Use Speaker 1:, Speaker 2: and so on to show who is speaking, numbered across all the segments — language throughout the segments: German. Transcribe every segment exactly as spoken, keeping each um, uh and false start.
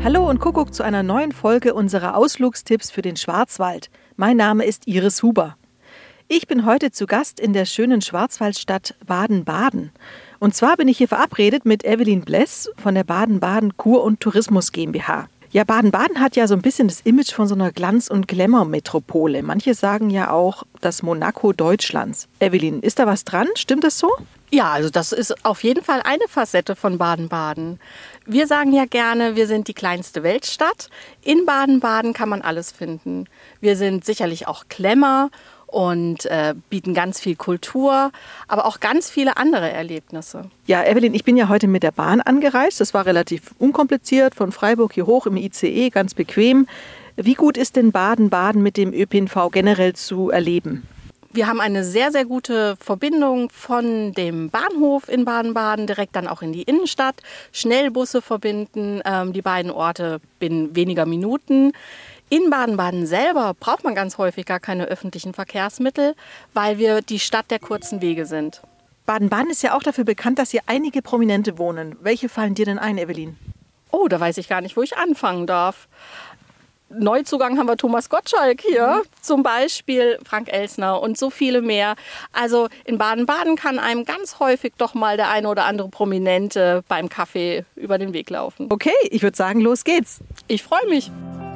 Speaker 1: Hallo und Kuckuck zu einer neuen Folge unserer Ausflugstipps für den Schwarzwald. Mein Name ist Iris Huber. Ich bin heute zu Gast in der schönen Schwarzwaldstadt Baden-Baden. Und zwar bin ich hier verabredet mit Evelyn Bless von der Baden-Baden Kur- und Tourismus GmbH. Ja, Baden-Baden hat ja so ein bisschen das Image von so einer Glanz- und Glamour-Metropole. Manche sagen ja auch das Monaco Deutschlands. Evelyn, ist da was dran? Stimmt das so?
Speaker 2: Ja, also das ist auf jeden Fall eine Facette von Baden-Baden. Wir sagen ja gerne, wir sind die kleinste Weltstadt. In Baden-Baden kann man alles finden. Wir sind sicherlich auch Glamour und äh, bieten ganz viel Kultur, aber auch ganz viele andere Erlebnisse.
Speaker 1: Ja, Evelyn, ich bin ja heute mit der Bahn angereist. Das war relativ unkompliziert, von Freiburg hier hoch im I C E, ganz bequem. Wie gut ist denn Baden-Baden mit dem Ö P N V generell zu erleben?
Speaker 2: Wir haben eine sehr, sehr gute Verbindung von dem Bahnhof in Baden-Baden direkt dann auch in die Innenstadt. Schnellbusse verbinden ähm, die beiden Orte binnen weniger Minuten. In Baden-Baden selber braucht man ganz häufig gar keine öffentlichen Verkehrsmittel, weil wir die Stadt der kurzen Wege sind.
Speaker 1: Baden-Baden ist ja auch dafür bekannt, dass hier einige Prominente wohnen. Welche fallen dir denn ein, Evelyn?
Speaker 2: Oh, da weiß ich gar nicht, wo ich anfangen darf. Neuzugang haben wir Thomas Gottschalk hier, mhm. zum Beispiel Frank Elstner und so viele mehr. Also in Baden-Baden kann einem ganz häufig doch mal der eine oder andere Prominente beim Kaffee über den Weg laufen.
Speaker 1: Okay, ich würde sagen, los geht's.
Speaker 2: Ich freue mich.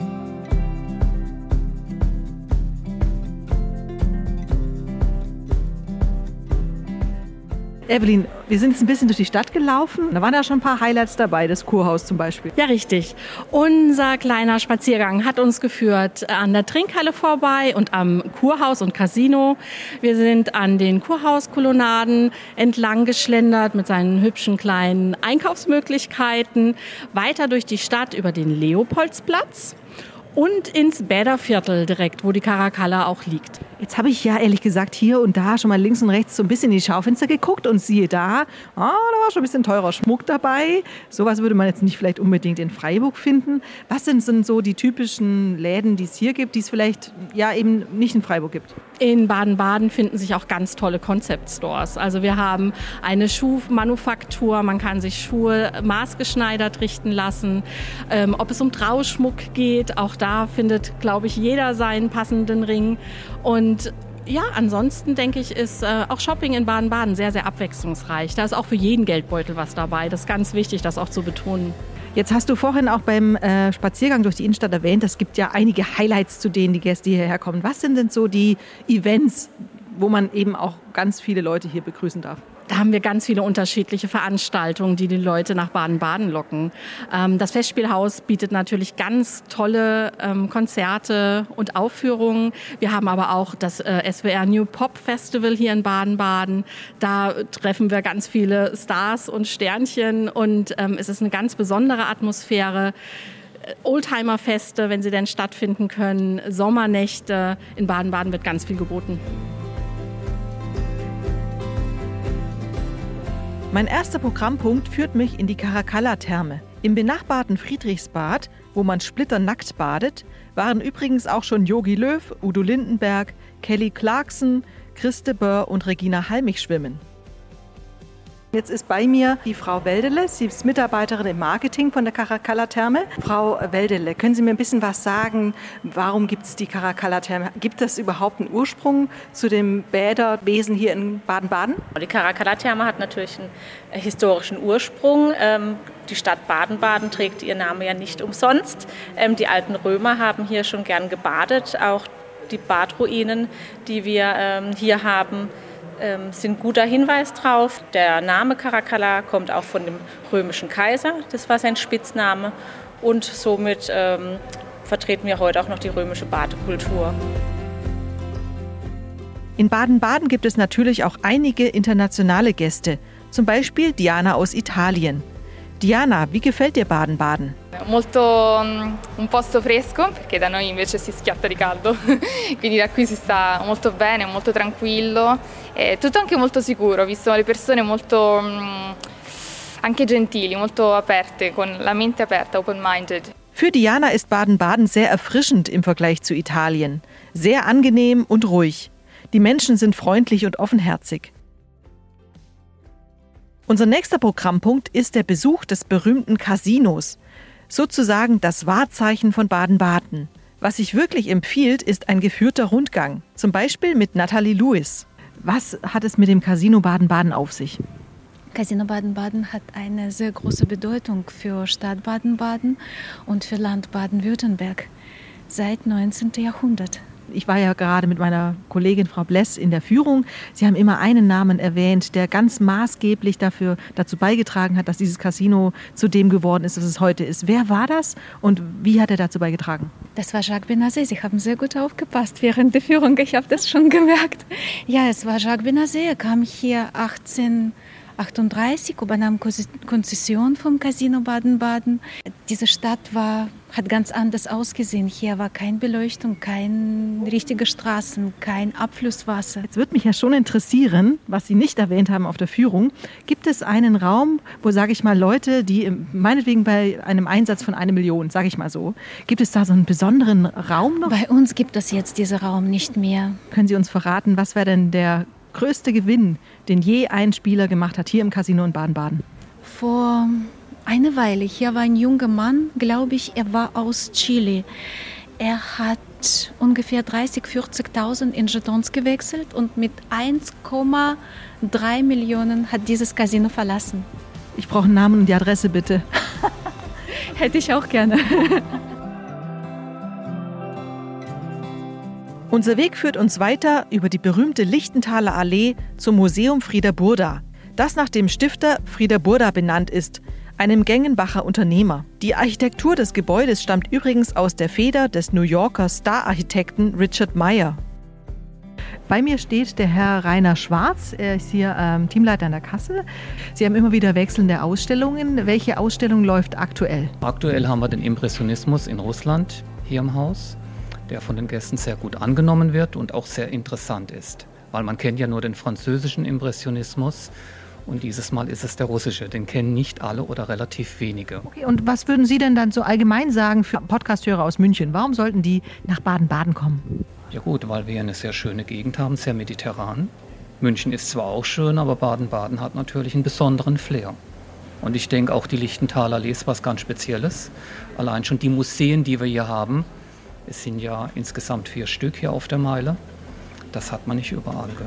Speaker 1: Evelyn, wir sind jetzt ein bisschen durch die Stadt gelaufen. Da waren ja schon ein paar Highlights dabei, das Kurhaus zum Beispiel.
Speaker 2: Ja, richtig. Unser kleiner Spaziergang hat uns geführt an der Trinkhalle vorbei und am Kurhaus und Casino. Wir sind an den Kurhauskolonnaden entlang geschlendert mit seinen hübschen kleinen Einkaufsmöglichkeiten. Weiter durch die Stadt über den Leopoldsplatz und ins Bäderviertel direkt, wo die Caracalla auch liegt.
Speaker 1: Jetzt habe ich ja ehrlich gesagt hier und da schon mal links und rechts so ein bisschen in die Schaufenster geguckt und siehe da, oh, da war schon ein bisschen teurer Schmuck dabei. Sowas würde man jetzt nicht vielleicht unbedingt in Freiburg finden. Was sind, sind so die typischen Läden, die es hier gibt, die es vielleicht ja eben nicht in Freiburg gibt?
Speaker 2: In Baden-Baden finden sich auch ganz tolle Concept-Stores. Also wir haben eine Schuhmanufaktur, man kann sich Schuhe maßgeschneidert richten lassen. Ähm, ob es um Trauschmuck geht, auch da findet, glaube ich, jeder seinen passenden Ring. Und ja, ansonsten denke ich, ist äh, auch Shopping in Baden-Baden sehr, sehr abwechslungsreich. Da ist auch für jeden Geldbeutel was dabei. Das ist ganz wichtig, das auch zu betonen.
Speaker 1: Jetzt hast du vorhin auch beim äh, Spaziergang durch die Innenstadt erwähnt, es gibt ja einige Highlights, zu denen die Gäste hierher kommen. Was sind denn so die Events, wo man eben auch ganz viele Leute hier begrüßen darf?
Speaker 2: Da haben wir ganz viele unterschiedliche Veranstaltungen, die die Leute nach Baden-Baden locken. Ähm, das Festspielhaus bietet natürlich ganz tolle ähm, Konzerte und Aufführungen. Wir haben aber auch das äh, S W R New Pop Festival hier in Baden-Baden. Da treffen wir ganz viele Stars und Sternchen und ähm, es ist eine ganz besondere Atmosphäre. Oldtimer-Feste, wenn sie denn stattfinden können, Sommernächte. In Baden-Baden wird ganz viel geboten.
Speaker 1: Mein erster Programmpunkt führt mich in die Caracalla-Therme. Im benachbarten Friedrichsbad, wo man splitternackt badet, waren übrigens auch schon Jogi Löw, Udo Lindenberg, Kelly Clarkson, Christe Böhr und Regina Halmich schwimmen. Jetzt ist bei mir die Frau Weldele. Sie ist Mitarbeiterin im Marketing von der Caracalla-Therme. Frau Weldele, können Sie mir ein bisschen was sagen? Warum gibt es die Caracalla-Therme? Gibt es überhaupt einen Ursprung zu dem Bäderwesen hier in Baden-Baden?
Speaker 3: Die Caracalla-Therme hat natürlich einen historischen Ursprung. Die Stadt Baden-Baden trägt ihren Namen ja nicht umsonst. Die alten Römer haben hier schon gern gebadet. Auch die Badruinen, die wir hier haben, sind ein guter Hinweis drauf. Der Name Caracalla kommt auch von dem römischen Kaiser, das war sein Spitzname und somit ähm, vertreten wir heute auch noch die römische Badekultur.
Speaker 1: In Baden-Baden gibt es natürlich auch einige internationale Gäste, zum Beispiel Diana aus Italien. Diana, wie gefällt dir Baden-Baden?
Speaker 4: Molto un posto fresco, perché da noi invece si schiatta di caldo, quindi da qui si sta molto bene, molto tranquillo, e tutto anche molto sicuro, ho visto le persone molto anche gentili, molto aperte, con la mente aperta, open-minded.
Speaker 1: Für Diana ist Baden-Baden sehr erfrischend im Vergleich zu Italien, sehr angenehm und ruhig. Die Menschen sind freundlich und offenherzig. Unser nächster Programmpunkt ist der Besuch des berühmten Casinos. Sozusagen das Wahrzeichen von Baden-Baden. Was sich wirklich empfiehlt, ist ein geführter Rundgang. Zum Beispiel mit Nathalie Lewis. Was hat es mit dem Casino Baden-Baden auf sich?
Speaker 5: Casino Baden-Baden hat eine sehr große Bedeutung für Stadt Baden-Baden und für Land Baden-Württemberg seit neunzehnten Jahrhundert.
Speaker 1: Ich war ja gerade mit meiner Kollegin Frau Bless in der Führung. Sie haben immer einen Namen erwähnt, der ganz maßgeblich dafür, dazu beigetragen hat, dass dieses Casino zu dem geworden ist, was es heute ist. Wer war das und wie hat er dazu beigetragen?
Speaker 5: Das war Jacques Benazet. Sie haben sehr gut aufgepasst während der Führung. Ich habe das schon gemerkt. Ja, es war Jacques Benazet. Er kam hier achtzehnhundertachtunddreißig, übernahm Konzession vom Casino Baden-Baden. Diese Stadt war, hat ganz anders ausgesehen. Hier war keine Beleuchtung, keine richtige Straßen, kein Abflusswasser.
Speaker 1: Jetzt würde mich ja schon interessieren, was Sie nicht erwähnt haben auf der Führung. Gibt es einen Raum, wo, sage ich mal, Leute, die meinetwegen bei einem Einsatz von einer Million, sage ich mal so, gibt es da so einen besonderen Raum noch?
Speaker 5: Bei uns gibt es jetzt diesen Raum nicht mehr.
Speaker 1: Können Sie uns verraten, was wäre denn der größte Gewinn, den je ein Spieler gemacht hat hier im Casino in Baden-Baden?
Speaker 5: Vor einer Weile, hier war ein junger Mann, glaube ich, er war aus Chile. Er hat ungefähr dreißigtausend, vierzigtausend in Jetons gewechselt und mit eins Komma drei Millionen hat dieses Casino verlassen.
Speaker 1: Ich brauche einen Namen und die Adresse, bitte.
Speaker 5: Hätte ich auch gerne.
Speaker 1: Unser Weg führt uns weiter über die berühmte Lichtenthaler Allee zum Museum Frieder Burda, das nach dem Stifter Frieder Burda benannt ist, einem Gengenbacher Unternehmer. Die Architektur des Gebäudes stammt übrigens aus der Feder des New Yorker Star-Architekten Richard Meyer. Bei mir steht der Herr Rainer Schwarz, er ist hier ähm, Teamleiter an der Kasse. Sie haben immer wieder wechselnde Ausstellungen. Welche Ausstellung läuft aktuell?
Speaker 6: Aktuell haben wir den Impressionismus in Russland hier im Haus, der von den Gästen sehr gut angenommen wird und auch sehr interessant ist. Weil man kennt ja nur den französischen Impressionismus und dieses Mal ist es der russische. Den kennen nicht alle oder relativ wenige.
Speaker 1: Okay, und was würden Sie denn dann so allgemein sagen für Podcasthörer aus München? Warum sollten die nach Baden-Baden kommen?
Speaker 6: Ja gut, weil wir eine sehr schöne Gegend haben, sehr mediterran. München ist zwar auch schön, aber Baden-Baden hat natürlich einen besonderen Flair. Und ich denke auch die Lichtenthaler Allee ist was ganz Spezielles. Allein schon die Museen, die wir hier haben, es sind ja insgesamt vier Stück hier auf der Meile. Das hat man nicht überall, gell?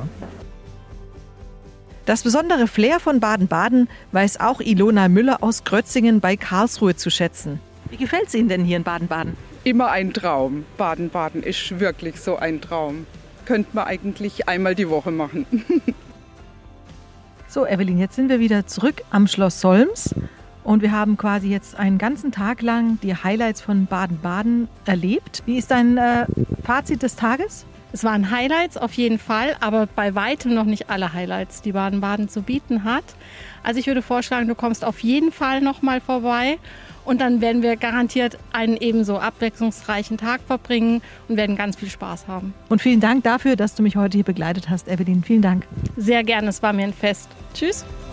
Speaker 1: Das besondere Flair von Baden-Baden weiß auch Ilona Müller aus Grötzingen bei Karlsruhe zu schätzen. Wie gefällt es Ihnen denn hier in Baden-Baden?
Speaker 7: Immer ein Traum. Baden-Baden ist wirklich so ein Traum. Könnte man eigentlich einmal die Woche machen.
Speaker 1: So, Evelyn, jetzt sind wir wieder zurück am Schloss Solms. Und wir haben quasi jetzt einen ganzen Tag lang die Highlights von Baden-Baden erlebt. Wie ist dein äh, Fazit des Tages?
Speaker 2: Es waren Highlights auf jeden Fall, aber bei weitem noch nicht alle Highlights, die Baden-Baden zu bieten hat. Also ich würde vorschlagen, du kommst auf jeden Fall noch mal vorbei und dann werden wir garantiert einen ebenso abwechslungsreichen Tag verbringen und werden ganz viel Spaß haben.
Speaker 1: Und vielen Dank dafür, dass du mich heute hier begleitet hast, Evelyn. Vielen Dank.
Speaker 2: Sehr gerne, es war mir ein Fest. Tschüss.